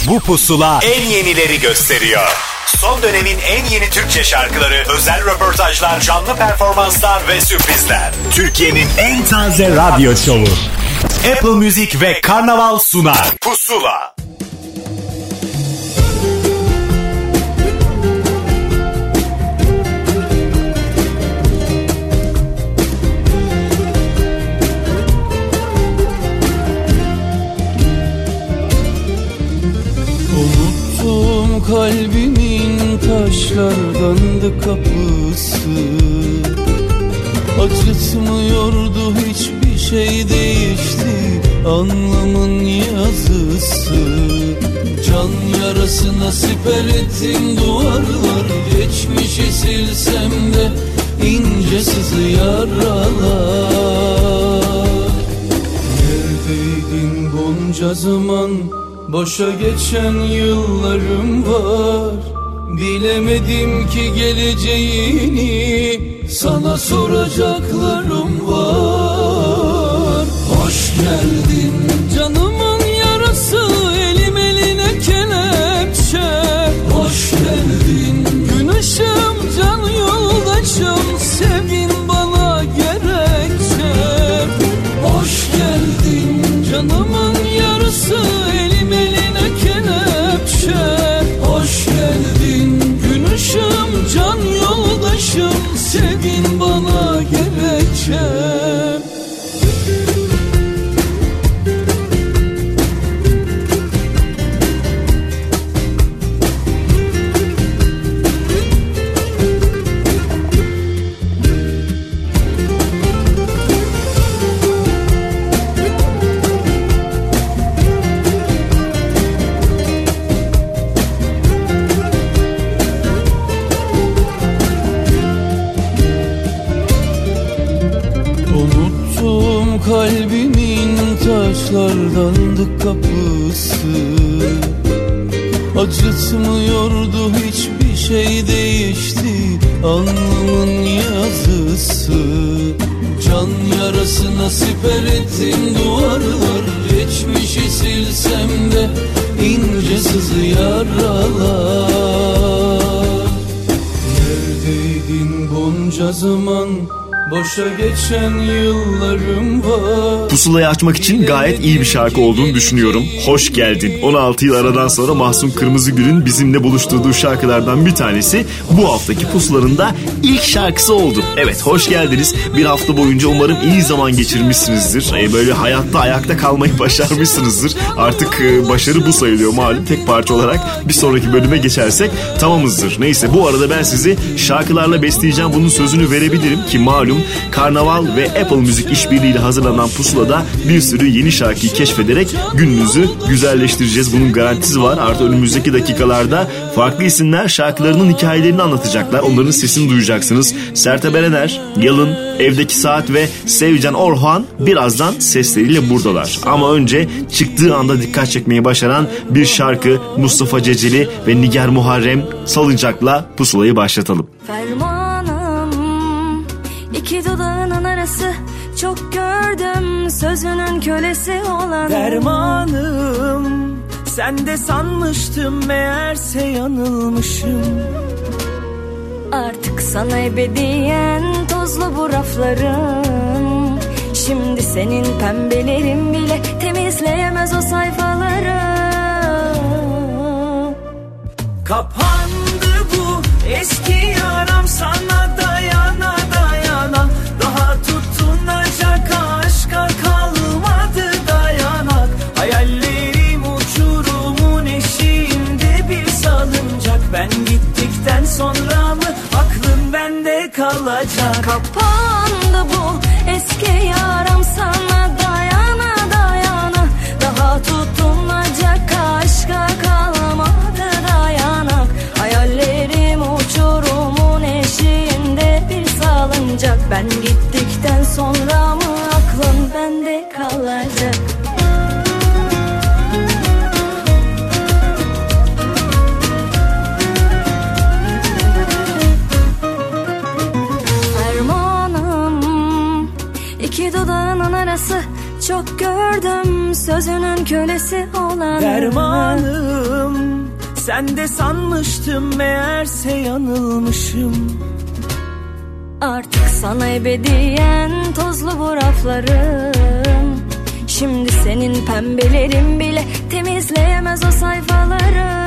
Bu pusula en yenileri gösteriyor. Son dönemin en yeni Türkçe şarkıları, özel röportajlar, canlı performanslar ve sürprizler. Türkiye'nin en taze radyo şovu. Apple Music ve Karnaval sunar. Pusula. Kalbimin taşlardandı kapısı, acıtmıyordu hiçbir şey değişti, anlamın yazısı. Can yarası nasip ettin duvarlar, geçmişi silsem de ince sızı yaralar. Neredeydin bunca zaman? Boşa geçen yıllarım var, bilemedim ki geleceğini, sana soracaklarım var. Hoş geldin canımın yarası, elim eline kelepçe. Hoş geldin gün ışığım, can yoldaşım, sevgin bana gerekçe. Hoş geldin canımın yarası, hoş geldin gün ışığım, can yoldaşım, sevgin bana gerekçe. Kalbimin taşlardandı kapısı, acıtmıyordu hiçbir şey değişti, alnımın yazısı. Can yarası nasip ettin duvarlar, geçmişi silsem de ince sızı yaralar. Neredeydin bunca zaman? Boşa geçen yıllarım var. Pusulayı açmak için gayet iyi bir şarkı olduğunu düşünüyorum. Hoş geldin. 16 yıl aradan sonra Mahsun Kırmızıgül'ün bizimle buluşturduğu şarkılardan bir tanesi bu haftaki pusulanın da ilk şarkısı oldu. Evet, hoş geldiniz. Bir hafta boyunca umarım iyi zaman geçirmişsinizdir. Böyle hayatta ayakta kalmayı başarmışsınızdır. Artık başarı bu sayılıyor malum. Tek parça olarak bir sonraki bölüme geçersek tamamızdır. Neyse, bu arada ben sizi şarkılarla besleyeceğim. Bunun sözünü verebilirim ki malum Karnaval ve Apple Music işbirliğiyle hazırlanan pusulada bir sürü yeni şarkıyı keşfederek gününüzü güzelleştireceğiz. Bunun garantisi var. Artı önümüzdeki dakikalarda farklı isimler şarkılarının hikayelerini anlatacaklar. Onların sesini duyacaksınız. Sertab Erener, Yalın, Evdeki Saat ve Sevcan Orhan birazdan sesleriyle buradalar. Ama önce çıktığı anda dikkat çekmeyi başaran bir şarkı, Mustafa Ceceli ve Nigar Muharrem Salıncak'la pusulayı başlatalım. İki dudağının arası, çok gördüm sözünün kölesi olan. Dermanım, sen de sanmıştım, meğerse yanılmışım. Artık sana ebediyen tozlu bu raflarım. Şimdi senin pembelerin bile temizleyemez o sayfaları. Kapandı bu eski yaram, sana dayana dayana. Daha tutunacak aşka kalmadı dayanak. Hayallerim uçurumun eşiğinde bir salıncak. Ben gittikten sonra mı aklın bende kalacak? Kapandı bu eski yaram, sana dayana dayana. Daha tutunacak aşka kalmadı dayanak. Hayallerim uçurumun eşiğinde bir salıncak. Ben gittikten sonra mı aklın bende kalacak? Fermanım, iki dudağının arası, çok gördüm sözünün kölesi olan. Dermanım, Sen de sanmıştım meğerse yanılmışım. Artık sana ebediyen tozlu bu raflarım. Şimdi senin pembelerin bile temizleyemez o sayfaları.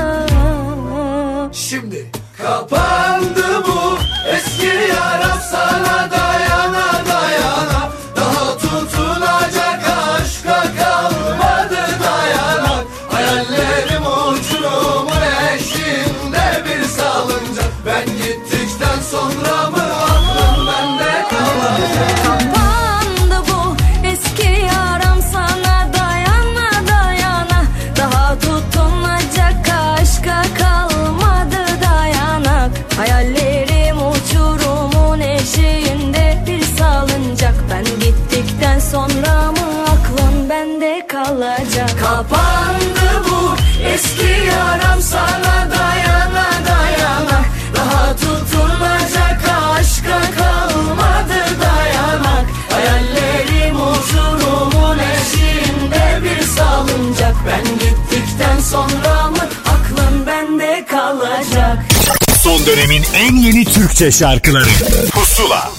Şimdi kapandı bu eski yaram, sana dayana dayana. Daha tutunacak aşka kalmadı dayanak. Hayallerim uçurumun eşiğinde bir salıncak. Ben gittikten sonra mı aklım bende kalacak? Kapandı bu eski yaram, sana dayana dayana. Daha tutunacak aşka kalmadı dayanak. Hayallerim uçurumun eşiğinde bir salıncak. Ben gittikten sonra mı aklın bende kalacak? Kapandı bu eski yaram, sana dayana dayana. Daha tutunacak aşka kalmadı dayanak. Hayallerim uçurumun eşiğinde bir salıncak. Ben gittikten sonra mı aklın bende kalacak? Son dönemin en yeni Türkçe şarkıları Pusula.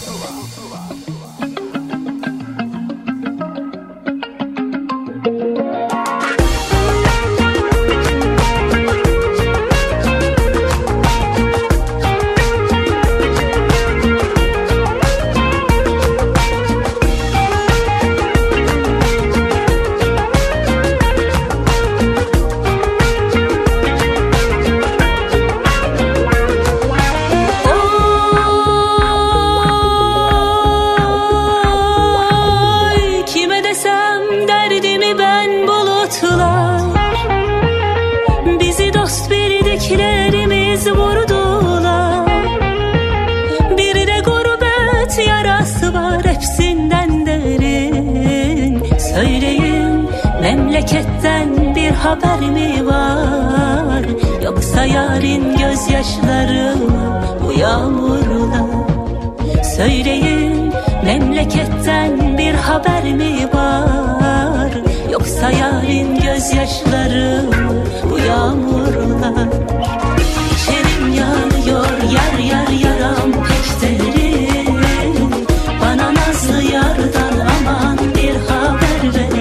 Memleketten bir haber mi var? Yoksa yarın gözyaşları bu yağmurla? Söyleyin, memleketten bir haber mi var? Yoksa yarın gözyaşları bu yağmurla? İçerim yanıyor, yar yar yaram pek derin. Bana nazlı yardan aman bir haber ver.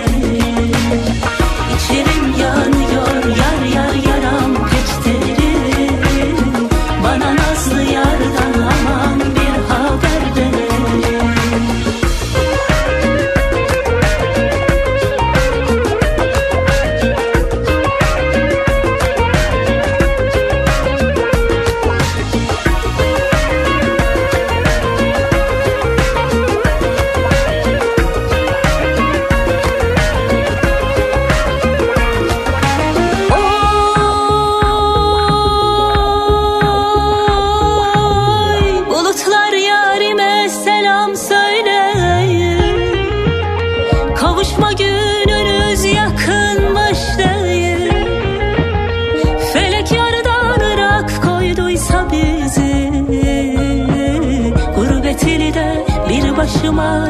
İçerim yanıyor, yar yar yaram pek derin. Bana nazlı yardan aman bir haber ver. Başıma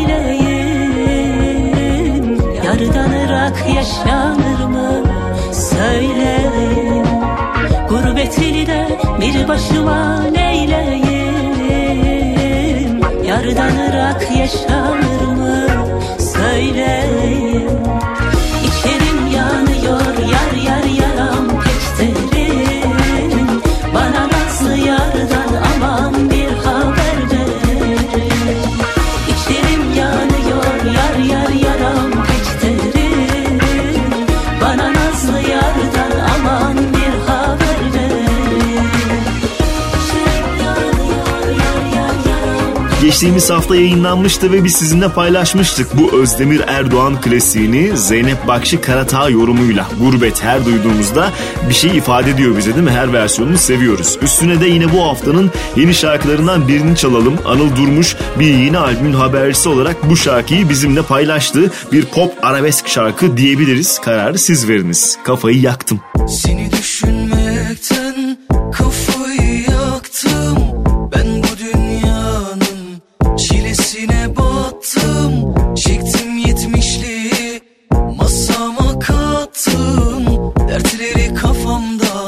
neyleyim? Yardan ırak yaşanır mı? Söyleyin. Gurbet ilde bir başıma neyleyim? Yardan ırak yaşanır mı? Söyleyin. İçerim yanıyor, yar yar yaram pek derin. Bana nazlı yardan aman bir haber ver. Yar yar yaram pek derin. Bana nazlı yardan aman bir haber ver. Geçtiğimiz hafta yayınlanmıştı ve biz sizinle paylaşmıştık bu Özdemir Erdoğan klasiğini Zeynep Bakşı Karatağ yorumuyla. Gurbet her duyduğumuzda bir şey ifade ediyor bize, değil mi? Her versiyonunu seviyoruz. Üstüne de yine bu haftanın yeni şarkılarından birini çalalım. Anıl Durmuş bir yeni albümün habercisi olarak bu şarkıyı bizimle paylaştı. Bir pop arabesk şarkı diyebiliriz. Kararı siz veriniz. Kafayı yaktım. Seni düşünmekten kafayı yaktım. Ben bu dünyanın çilesine battım. Çektim 70'liği masama kattım. Dertleri kafamda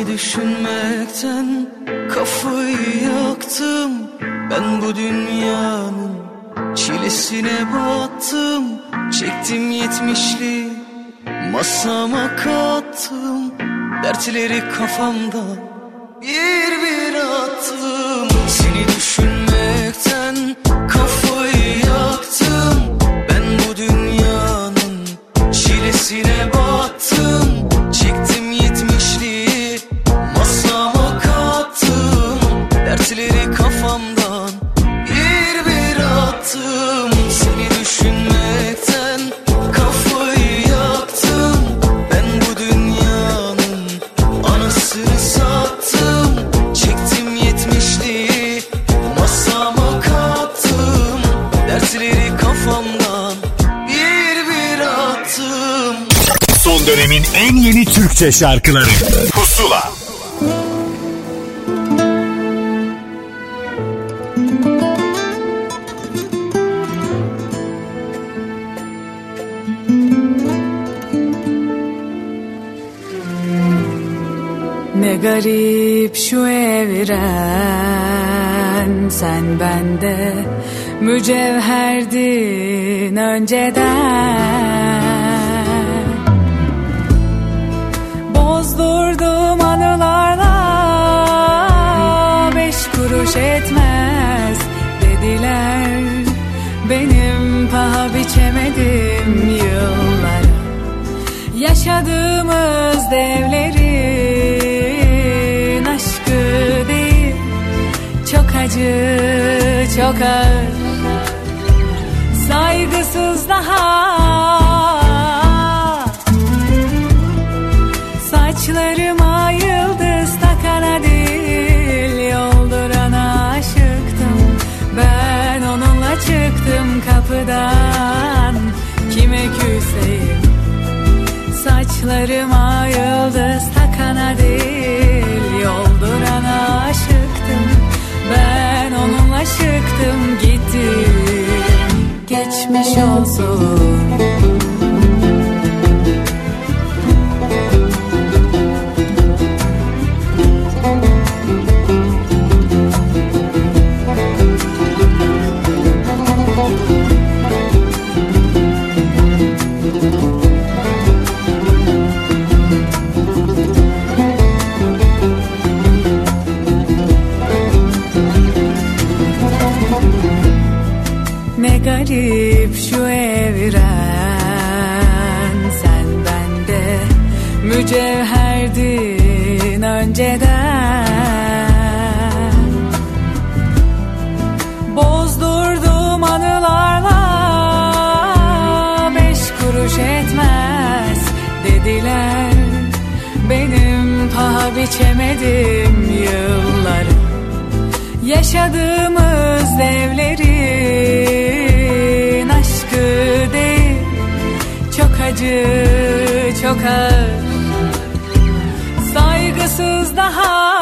Seni düşünmekten kafayı yaktım. Ben bu dünyanın çilesine battım. Çektim 70'li masama kattım. Dertleri kafamdan bir bir attım. Seni düşünmekten kafayı yaktım. Ben bu dünyanın çilesine battım. Çektim 70'li masama kattım. Dertleri kafamdan bir bir attım. Seni düşünmekten kafayı yaktım. Ben bu dünyanın anasını sattım. Çektim 70'li masama kattım. Dertleri kafamdan bir bir attım. Son dönemin en yeni Türkçe şarkıları Pusula. Ne garip şu evren, sen bende mücevherdin önceden. Bozdurdum anılarla, 5 kuruş etmez dediler. Benim paha biçemedim yıllara, yaşadığımız devlerin aşkı değil, çok acı, çok ağır, saygısız daha. Saçlarıma yıldız takana değil, yoldurana aşıktım. Ben onunla çıktım kapıdan, kime küseyim. Saçlarıma yıldız takana değil, yoldurana aşıktım. Ben onunla çıktım gittim. Geçmiş olsun. Ne garip şu evren, sen bende mücevherdin önceden. Bozdurdum anılarla, 5 kuruş etmez dediler. Benim paha biçemedim yılları, yaşadığımız devlerin aşkı değil, çok acı, çok ağır, saygısız daha.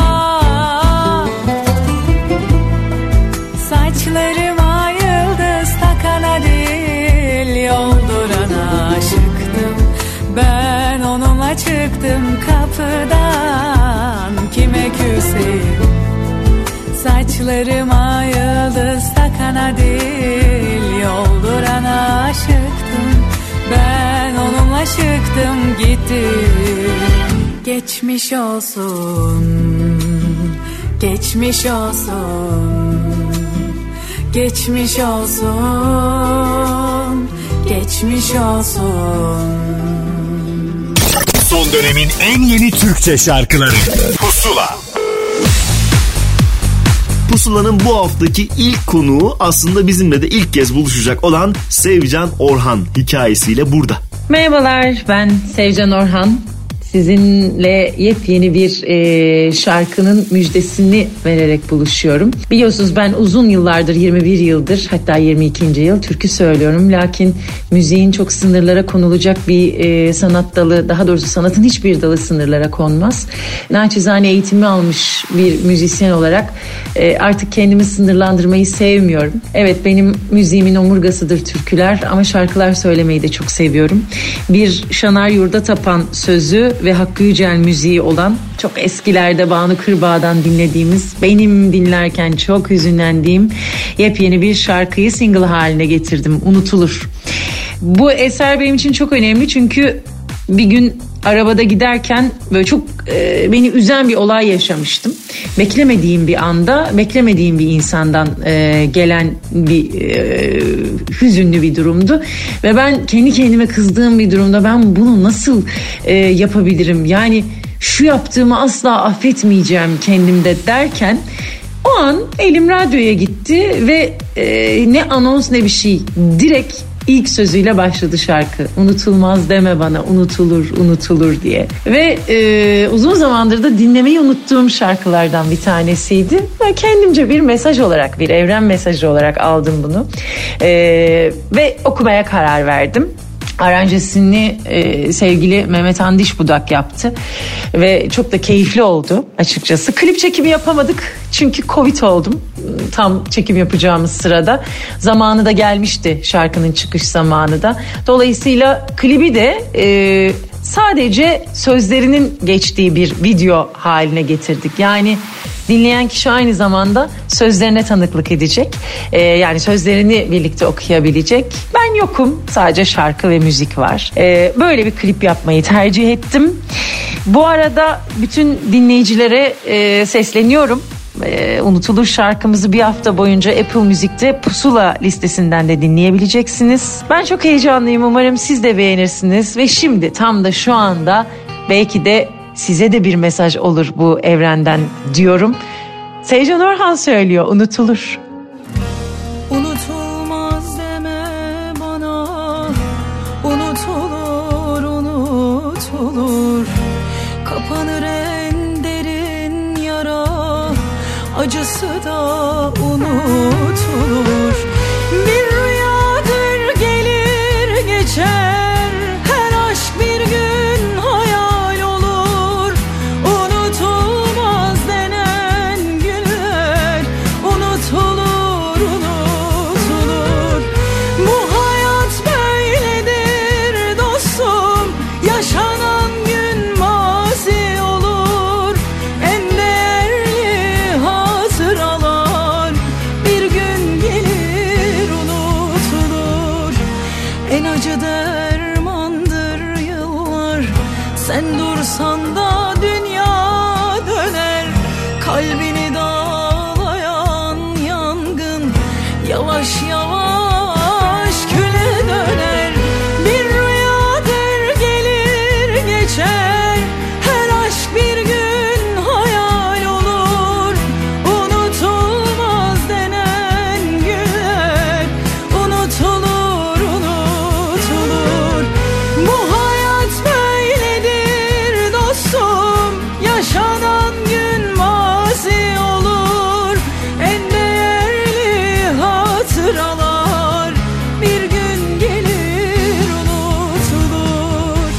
Saçlarıma yıldız takana değil, yoldurana aşıktım. Ben onunla çıktım kapıdan, kime küseyim. Saçlarıma yıldız takana değil, yoldurana aşıktım. Ben onunla çıktım gittim. Geçmiş olsun, geçmiş olsun, geçmiş olsun, geçmiş olsun. Son dönemin en yeni Türkçe şarkıları Pusula. Pusula'nın bu haftaki ilk konuğu aslında bizimle de ilk kez buluşacak olan Sevcan Orhan hikayesiyle burada. Merhabalar, ben Sevcan Orhan. Sizinle yepyeni bir şarkının müjdesini vererek buluşuyorum. Biliyorsunuz ben uzun yıllardır, 21 yıldır, hatta 22. yıl türkü söylüyorum. Lakin müziğin çok sınırlara konulacak bir sanat dalı, daha doğrusu sanatın hiçbir dalı sınırlara konmaz. Naçizane eğitimi almış bir müzisyen olarak artık kendimi sınırlandırmayı sevmiyorum. Evet, benim müziğimin omurgasıdır türküler ama şarkılar söylemeyi de çok seviyorum. Bir Şanar Yurda Tapan sözü, ve Hakkı Yücel müziği olan, çok eskilerde Banu Kırbağ'dan dinlediğimiz, benim dinlerken çok hüzünlendiğim yepyeni bir şarkıyı single haline getirdim. Unutulur. Bu eser benim için çok önemli çünkü bir gün arabada giderken böyle çok beni üzen bir olay yaşamıştım. Beklemediğim bir anda, beklemediğim bir insandan gelen bir hüzünlü bir durumdu. Ve ben kendi kendime kızdığım bir durumda, ben bunu nasıl yapabilirim? Yani şu yaptığımı asla affetmeyeceğim kendimde derken o an elim radyoya gitti ve ne anons ne bir şey, direkt İlk sözüyle başladı şarkı. Unutulmaz deme bana, unutulur, unutulur diye. Ve uzun zamandır da dinlemeyi unuttuğum şarkılardan bir tanesiydi. Ben kendimce bir mesaj olarak, bir evren mesajı olarak aldım bunu. Ve okumaya karar verdim. Aranjesini sevgili Mehmet Andiş Budak yaptı ve çok da keyifli oldu açıkçası. Klip çekimi yapamadık çünkü Covid oldum tam çekim yapacağımız sırada. Zamanı da gelmişti, şarkının çıkış zamanı da. Dolayısıyla klibi de sadece sözlerinin geçtiği bir video haline getirdik. Yani dinleyen kişi aynı zamanda sözlerine tanıklık edecek. Yani sözlerini birlikte okuyabilecek. Ben yokum. Sadece şarkı ve müzik var. Böyle bir klip yapmayı tercih ettim. Bu arada bütün dinleyicilere sesleniyorum. Unutulur şarkımızı bir hafta boyunca Apple Müzik'te Pusula listesinden de dinleyebileceksiniz. Ben çok heyecanlıyım. Umarım siz de beğenirsiniz. Ve şimdi tam da şu anda belki de size de bir mesaj olur bu evrenden diyorum. Sevcan Orhan söylüyor, unutulur. Unutulmaz deme bana, unutulur, unutulur. Kapanır en derin yara, acısı da unutulur. Bir rüyadır gelir geçer, her aşk bir gün hayal olur. Unutulmaz denen günler unutulur, unutulur. Bu hayat böyledir dostum, yaşanan gün mazi olur. En değerli hatıralar bir gün gelir unutulur. En acı dermandır yıllar, sen dursan da dünya döner. Kalbini dağlayan yangın yavaş yavaş küle döner. Bir rüyadır gelir geçer, her aşk bir gün hayal olur. Unutulmaz denen günler unutulur, unutulur. Bu hayat böyledir dostum, yaşanan gün mazi olur. En değerli hatıralar bir gün gelir unutulur.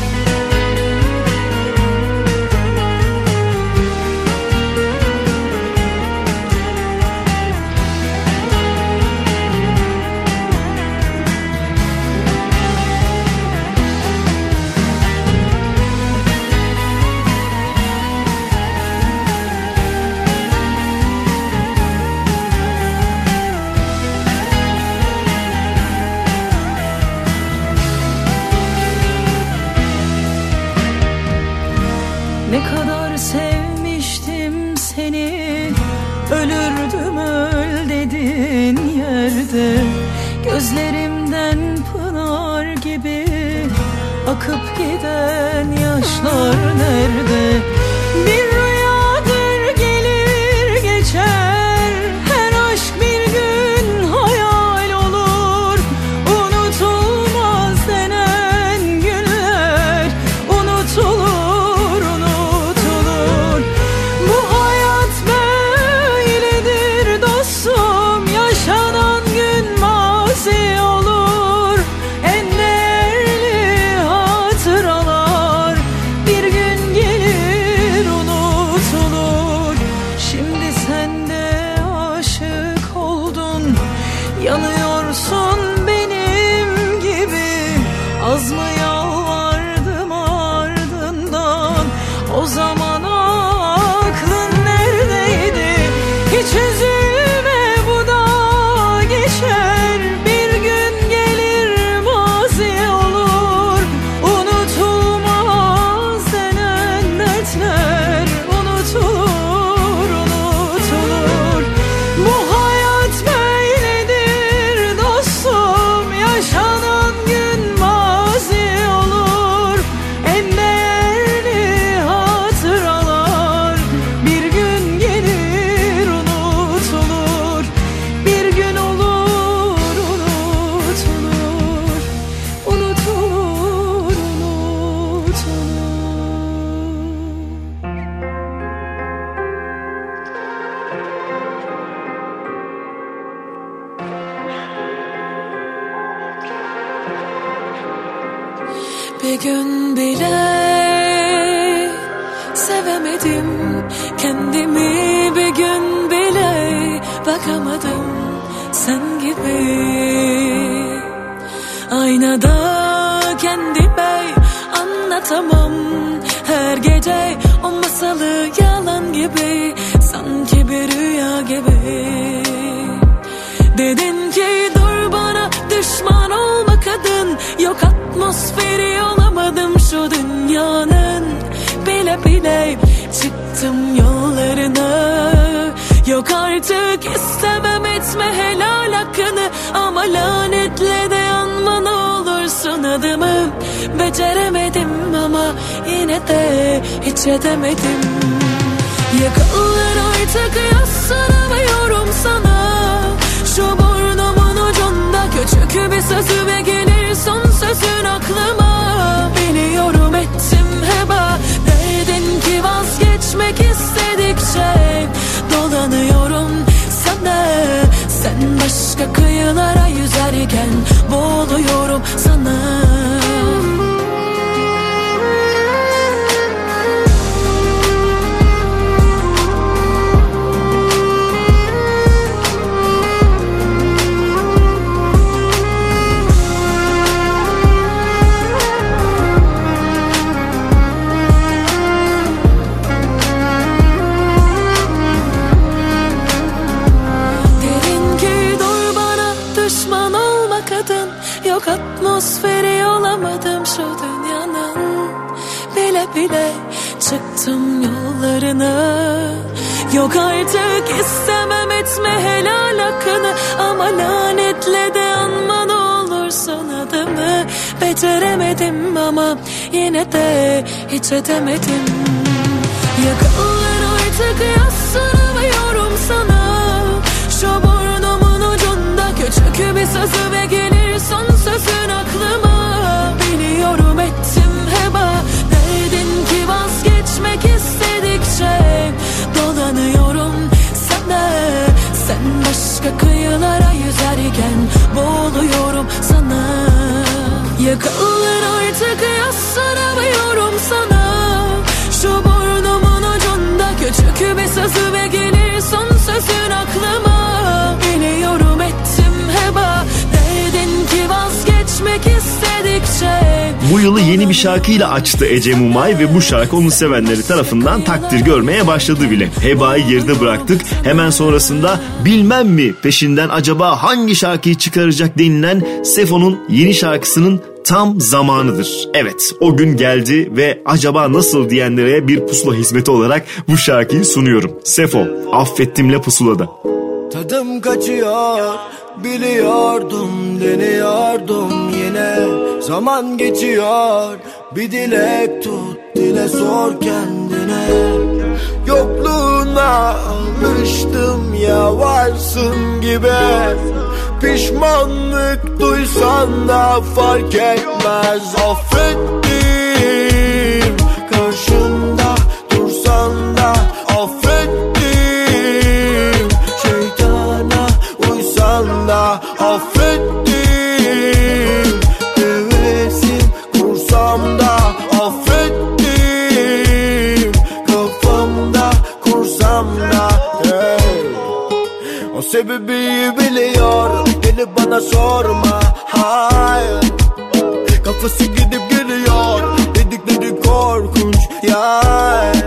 Ne kadar sevmiştim seni, ölürdüm öl dediğin yerde. Gözlerimden pınar gibi akıp giden yaşlar nerede? Bir rüyadır gelir geçer, her aşk bir gün hayal olur. Unutulmaz denen günler unutulur, unutulur. Bu hayat böyledir dostum, yaşanan gün mazi olur. En değerli hatıralar bir gün O zaman aklın neredeydi? Hiç üzülme, bu da geçer. Bir gün gelir mazi olur. Unutulmaz denen dertler unutulur, unutulur. Bu hayat böyledir dostum. Yaşanan gün mazi olur. En değerli hatıralar bir gün gelir unutulur. Bir gün olur unutulur. Unutulur, unutulur. Bir gün bile sevemedim kendimi, bir gün bile bakamadım sen gibi. Aynada kendime anlatamam her gece o masalı, yalan gibi, sanki bir rüya gibi. Dedin ki dur bana düşman olma kadın, yok atmosferi olamadım şu dünyanın. Bile bile çıktım yollarına, yok artık istemem etme helal hakkını, ama lanetle de yanma ne olursun adımı. Beceremedim ama yine de hiç edemedim. Yıkılır artık yaslanamıyorum sana. Şu burnumun ucunda küçük bir sözü ve gelir son sözün aklıma. Biliyorum ettim heba, derdin ki vazgeçmek istedikçe dolanıyorum sana. Sen başka kıyılara yüzerken boğuluyorum sana. Yok atmosferi olamadım şu dünyanın. Bile bile çıktım yollarına. Yok artık istemem etme helal hakkını, ama lanetle de anma ne olursun adımı. Beceremedim ama yine de hiç edemedim. Yıkılır artık yaslanamıyorum sana. Şu burnumun ucunda küçük bir sözü ve gelir son sözün aklıma. Biliyorum ettim heba, derdin ki vazgeçmek istedikçe dolanıyorum sana. Sen başka kıyılara yüzerken boğuluyorum sana. Yıkılır artık yaslanamıyorum sana. Şu burnumun ucunda küçük bir sözü ve gelir son sözün aklıma. Biliyorum ettim heba, derdin ki vazgeçmek istedikçe. Bu yılı yeni bir şarkıyla açtı Ece Mumay ve bu şarkı onun sevenleri tarafından takdir görmeye başladı bile. Heba'yı geride bıraktık. Hemen sonrasında bilmem mi peşinden acaba hangi şarkıyı çıkaracak denilen Sefo'nun yeni şarkısının tam zamanıdır. Evet, o gün geldi ve acaba nasıl diyenlere bir pusula hizmeti olarak bu şarkıyı sunuyorum. Sefo, Affettim'le pusulada. Tadım kaçıyor, biliyordum, deniyordum yine. Zaman geçiyor, bir dilek tut, dile sor kendine. Yokluğuna alıştım ya, varsın gibi. Pişmanlık duysan da fark etmez. Affettim, karşımda dursan da affettim. Şeytana uysan da affettim. Hevesim kursam da affettim. Kafamda kursam da hey. O sebebi biliyor, gelip bana sorma, hayır. Kafası gidip geliyor, dedikleri korkunç ya.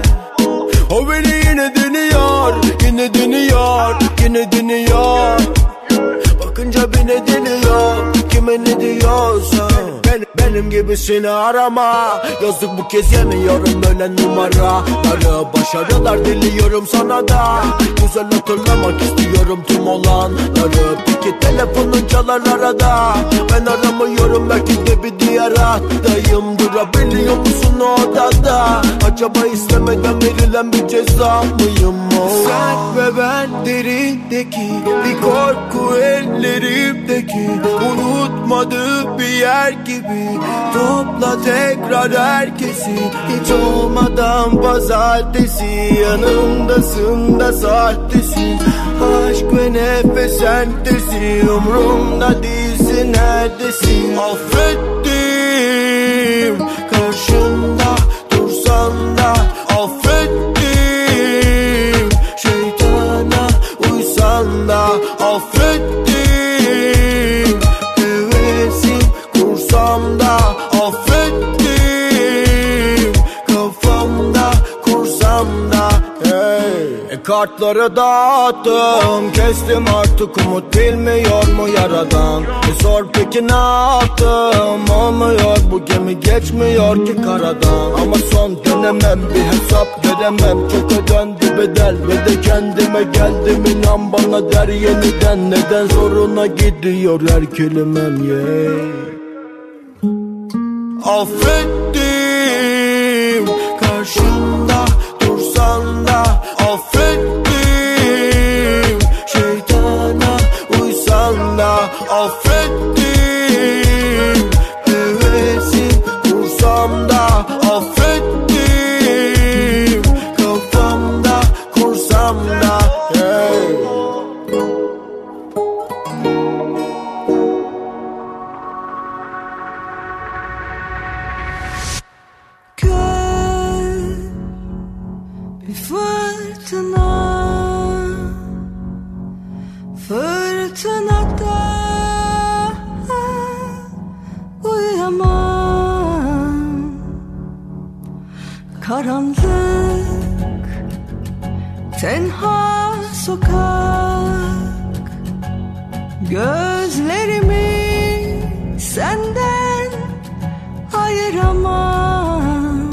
bir nedeni yok. Bakınca bir nedeni yok. Kime ne diyorsan benim gibisini arama. Yazık bu kez yemiyorum öyle numaraları. Başarılar diliyorum sana da. Güzel hatırlamak istiyorum tüm olanları. Peki telefonun çalar arada. Ben aramıyorum belki de bir diğer hattayım. Durabiliyor musun o odada? Acaba istemeden verilen bir ceza mıyım o? Sen ve ben derindeki bir korku ellerimdeki. Unutmadığı bir yer gibi. Topla tekrar herkesi. Hiç olmadan pazartesi. Yanımdasın da sahtesin. Aşk ve nefes sentezi. Umrumda değilsin neredesin? Affettim karşında dursan da. Affettim şeytana uysan da. Affettim hevesim kursam da. Affettim kafamda kursam da. Kartları dağıttım, kestim artık umut bilmiyor mu yaradan? Sor peki ne yaptım? Olmuyor bu gemi geçmiyor ki karadan. Ama son dönemem bir hesap veremem. Çok ödendi bedel ve de kendime geldim. İnan bana der yeniden. Neden zoruna gidiyor her kelimem Affettim karşında dursan da. Affettim şeytana uysan da. Affettim hevesim kursam da. Affettim kafamda kursam da. Bir fırtına, fırtınada uyuyamam. Karanlık, tenha sokak. Gözlerimi senden ayıramam.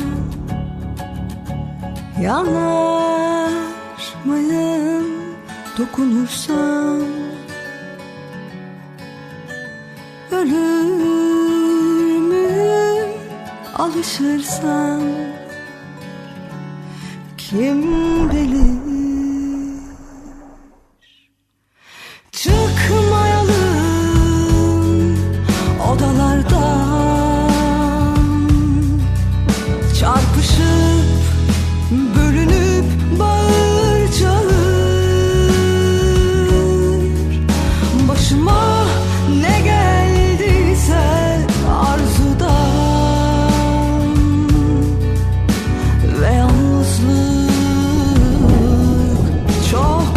Yanar mıyım dokunursam? Ölür müyüm alışırsam? Kim bilir? Çıkmayalım odalardan. Çarpışıp bölünüp bağır çağır. Başıma ne geldiyse arzudan ve yalnızlık çok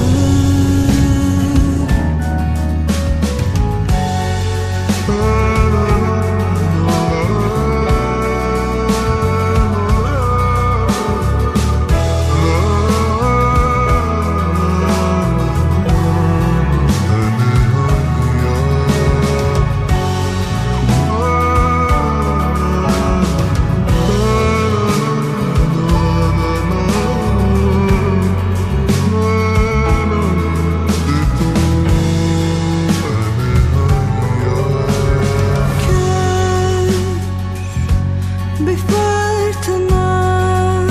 bir fırtına,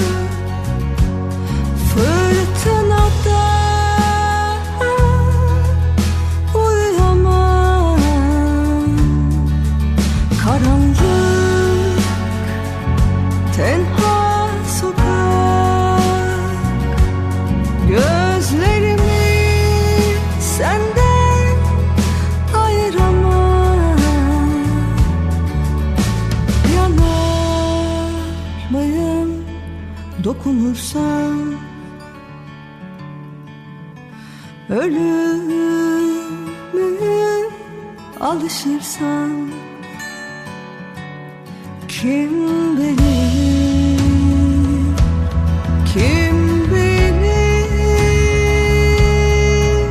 fırtınada uyuyamam. Karanlık, tenha sokak. Gözlerimi senden ayıramam. Yanar mıyım dokunursam? Ölür müyüm alışırsam? Kim bilir? Kim bilir?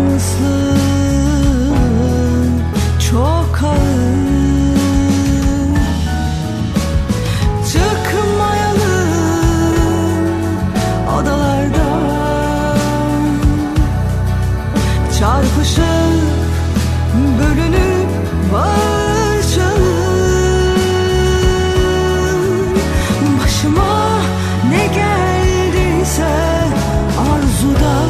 yalnızlığın çok ağır. Çıkmayalım odalardan, çarpışıp bölünüp bağışalım. Başıma ne geldiyse arzudan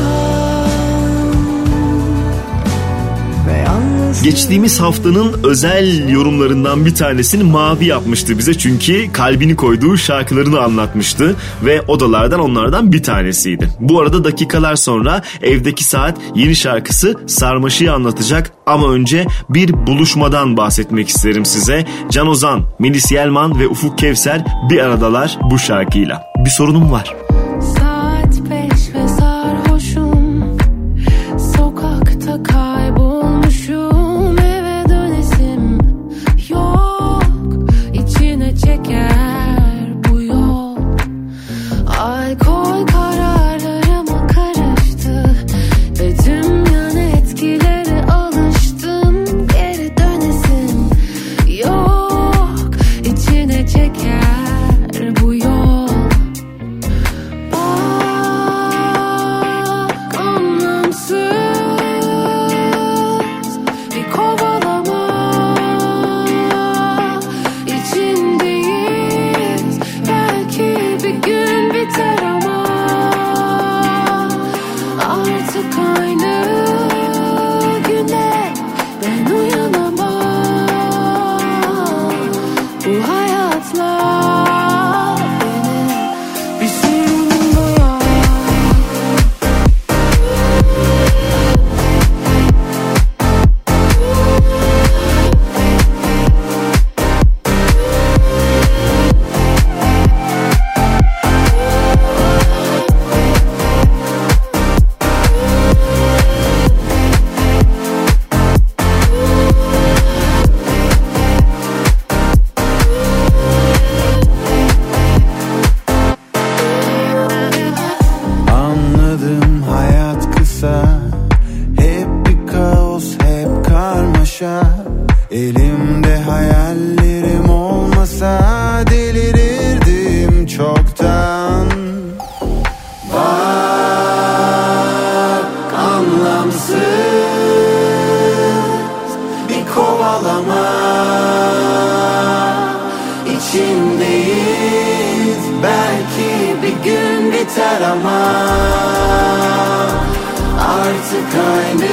ve yalnız. Geçtiğimiz haftanın özel yorumlarından bir tanesini Mavi yapmıştı bize, çünkü kalbini koyduğu şarkılarını anlatmıştı ve odalardan onlardan bir tanesiydi. Bu arada dakikalar sonra Evdeki Saat yeni şarkısı Sarmaşık'ı anlatacak ama önce bir buluşmadan bahsetmek isterim size. Can Ozan, Melis Yelman ve Ufuk Kevser bir aradalar bu şarkıyla. Bir sorunum var. Saat 5 ve sarhoşum, sokakta kaybolmuşum, eve dönesim yok, içine çeker bu yol. Alkol kararlarıma karıştı ve tüm yan etkilere alıştım, geri dönesim yok, içine çeker bu yol. Bak, anlamsız bir kovalama içindeyiz, belki bir gün biter ama artık aynı güne ben uyanamam. Bu hayatla benim bir sorunum var. Anladım, hayat kısa, hep bir kaos, hep karmaşa. Elimde hayallerim olmasa delirirdim çoktan. Bak, anlamsız bir kovalama içindeyiz, belki bir gün biter ama artık aynı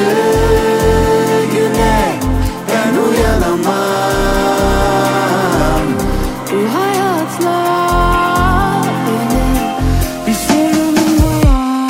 güne ben uyanamam. Bu hayatla benim bir sorunum var.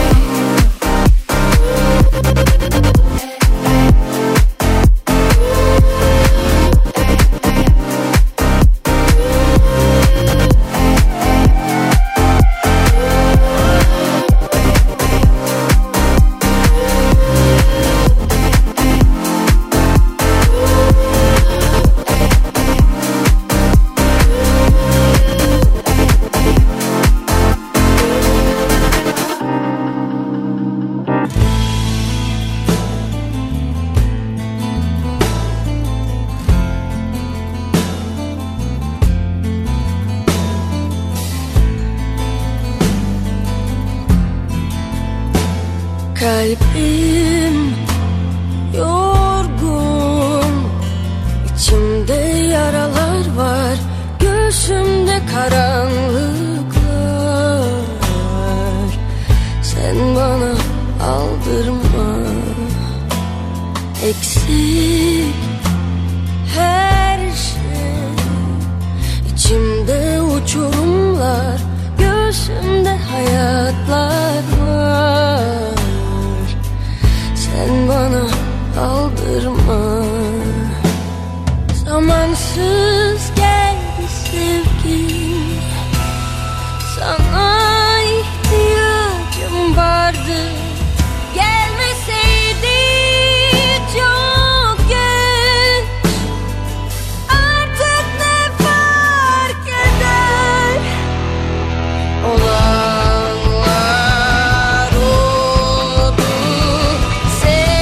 Kalbim yorgun, içimde yaralar var, göğsümde karanlıklar. Sen bana aldırma, eksik her şey. İçimde uçurumlar, göğsümde hayatlar var. Sen bana aldırma. Zamansız geldi sevgim, sana ihtiyacım vardı. Gelmeseydi çok geç, artık ne fark eder? Olanlar oldu, sen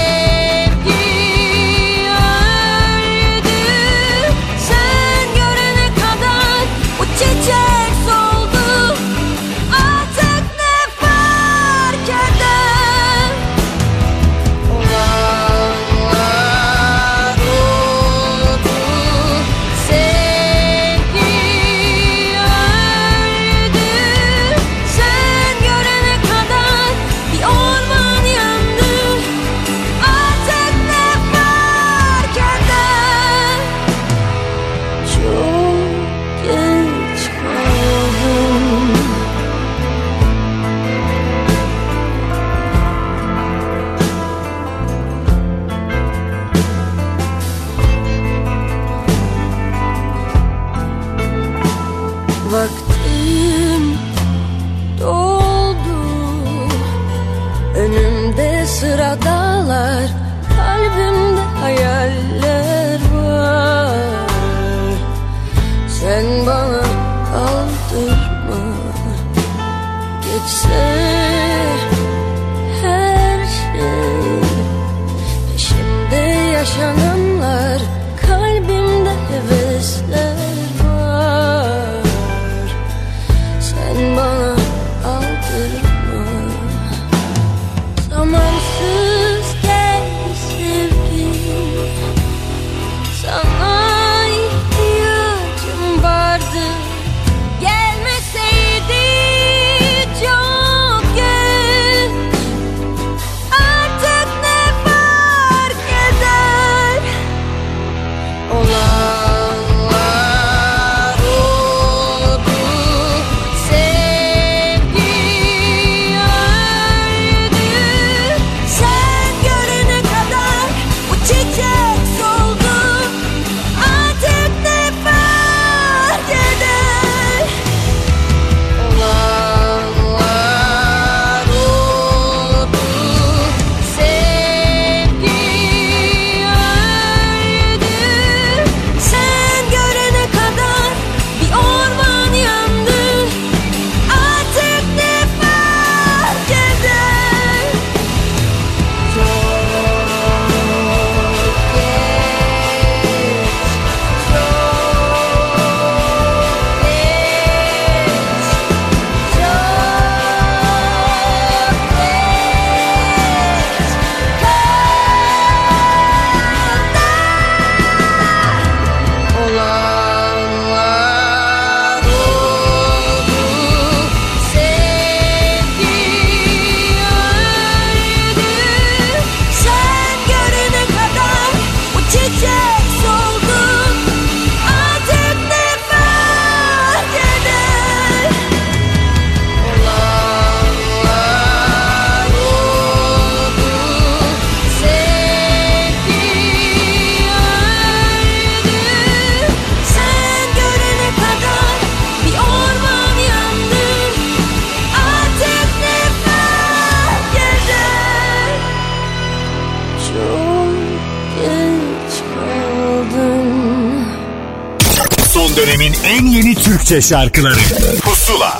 çok geç kaldın. Son dönemin en yeni Türkçe şarkıları Pusula.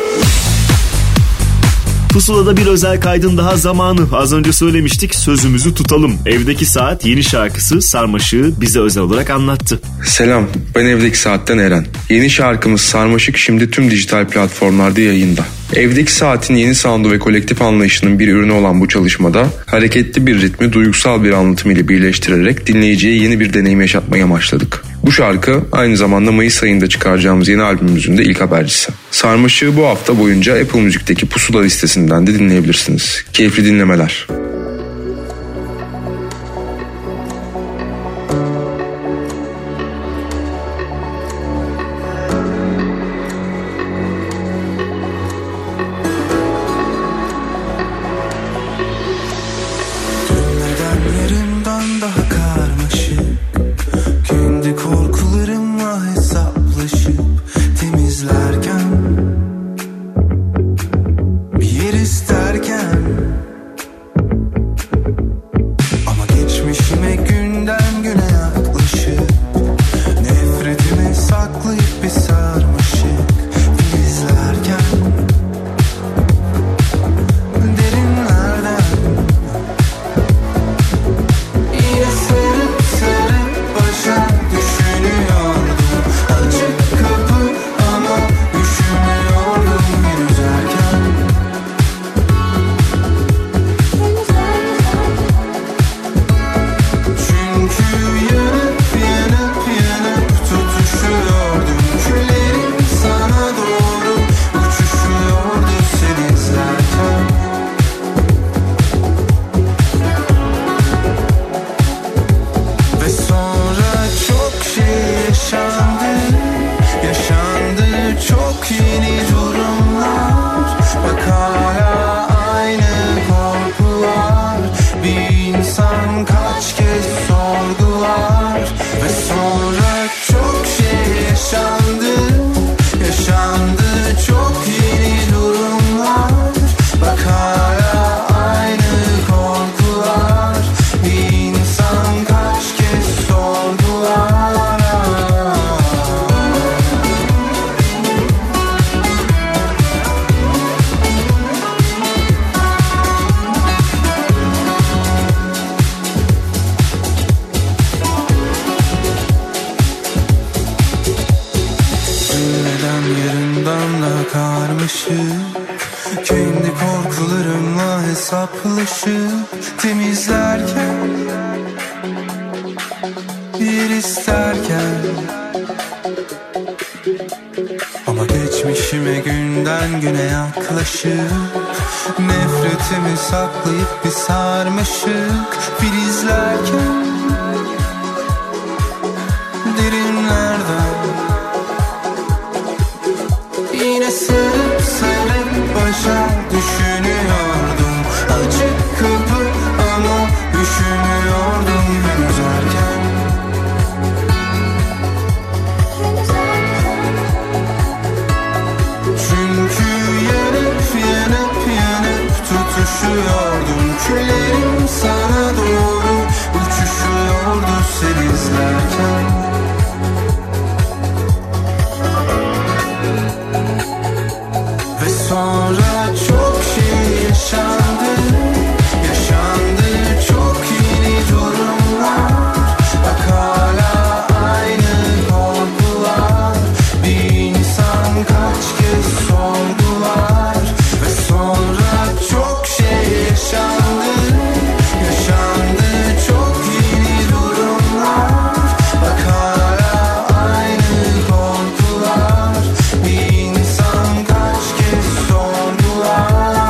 Pusula'da bir özel kaydın daha zamanı. Az önce söylemiştik, sözümüzü tutalım. Evdeki Saat yeni şarkısı Sarmaşık'ı bize özel olarak anlattı. Selam, ben Evdeki Saat'ten Eren. Yeni şarkımız Sarmaşık şimdi tüm dijital platformlarda yayında. Evdeki Saat'in yeni sound'u ve kolektif anlayışının bir ürünü olan bu çalışmada hareketli bir ritmi duygusal bir anlatım ile birleştirerek dinleyiciye yeni bir deneyim yaşatmaya amaçladık. Bu şarkı aynı zamanda Mayıs ayında çıkaracağımız yeni albümümüzün de ilk habercisi. Sarmaşık'ı bu hafta boyunca Apple Müzik'teki Pusula listesinden de dinleyebilirsiniz. Keyifli dinlemeler. Nefretimi saklayıp bir sarmaşık filizlerken derinlerden yine sarıp sarıp başa düşünüyordum. Açık kapı ama üşümüyordum yüzerken. Çünkü yanıp tutuşuyordum. Küllerim sana doğru uçuşuyordu seni izlerken. Ve sonra çok şey yaşandı. Yaşandı çok yeni durumlar. Bak hala aynı korkular. Bir insan kaç kez sorgular. Ve sonra çok şey yaşandı. Yaşandı çok yeni durumlar. Bak hala aynı korkular. Bir insan kaç kez sorgular.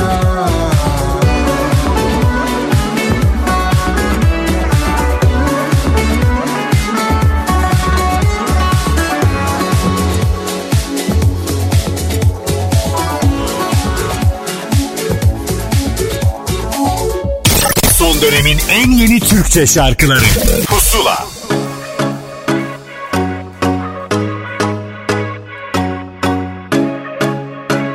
Son dönemin en yeni Türkçe şarkıları Pusula.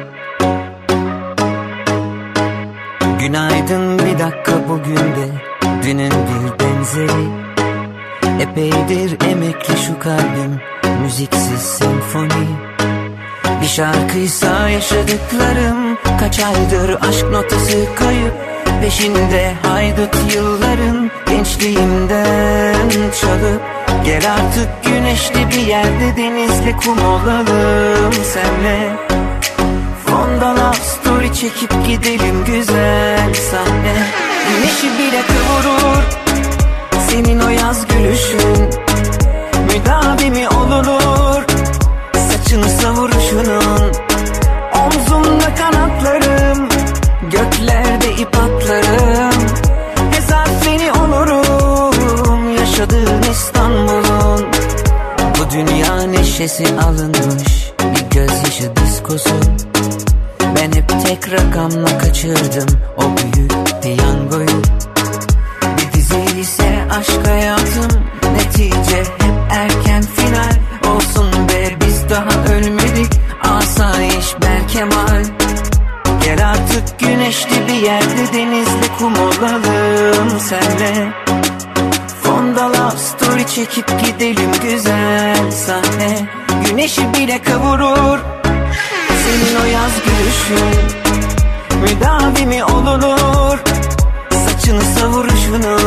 Günaydın, bir dakika bugün de dünün bir benzeri. Epeydir emekli şu kalbim, müziksiz senfoni. Bir şarkıysa yaşadıklarım, kaç aydır aşk notası kayıp. Peşinde haydut yılların, gençliğimden çalıp. Gel artık güneşli bir yerde, denizle kum olalım senle. Fonda love story çekip gidelim güzel sahne. Güneşi bile kıvırır senin o yaz gülüşün, müdavimi olunur saçını savuruşunun. Omzumda kanatlarım, göklerde ip atlarım. Hesap seni olurum, yaşadığın İstanbul'un. Bu dünya neşesi alınmış bir gözyaşı diskosu. Ben hep tek rakamla kaçırdım o büyük piyangoyu. Bir dizi ise aşk hayatım, netice hep erken final. Olsun be biz daha ölmedik, asayiş Berkemal. Gel artık güneşli bir yerde, denizle kum olalım senle. Fonda love story çekip gidelim güzel sahne. Güneşi bile kavurur senin o yaz gülüşün, müdavimi olunur saçını savuruşunun.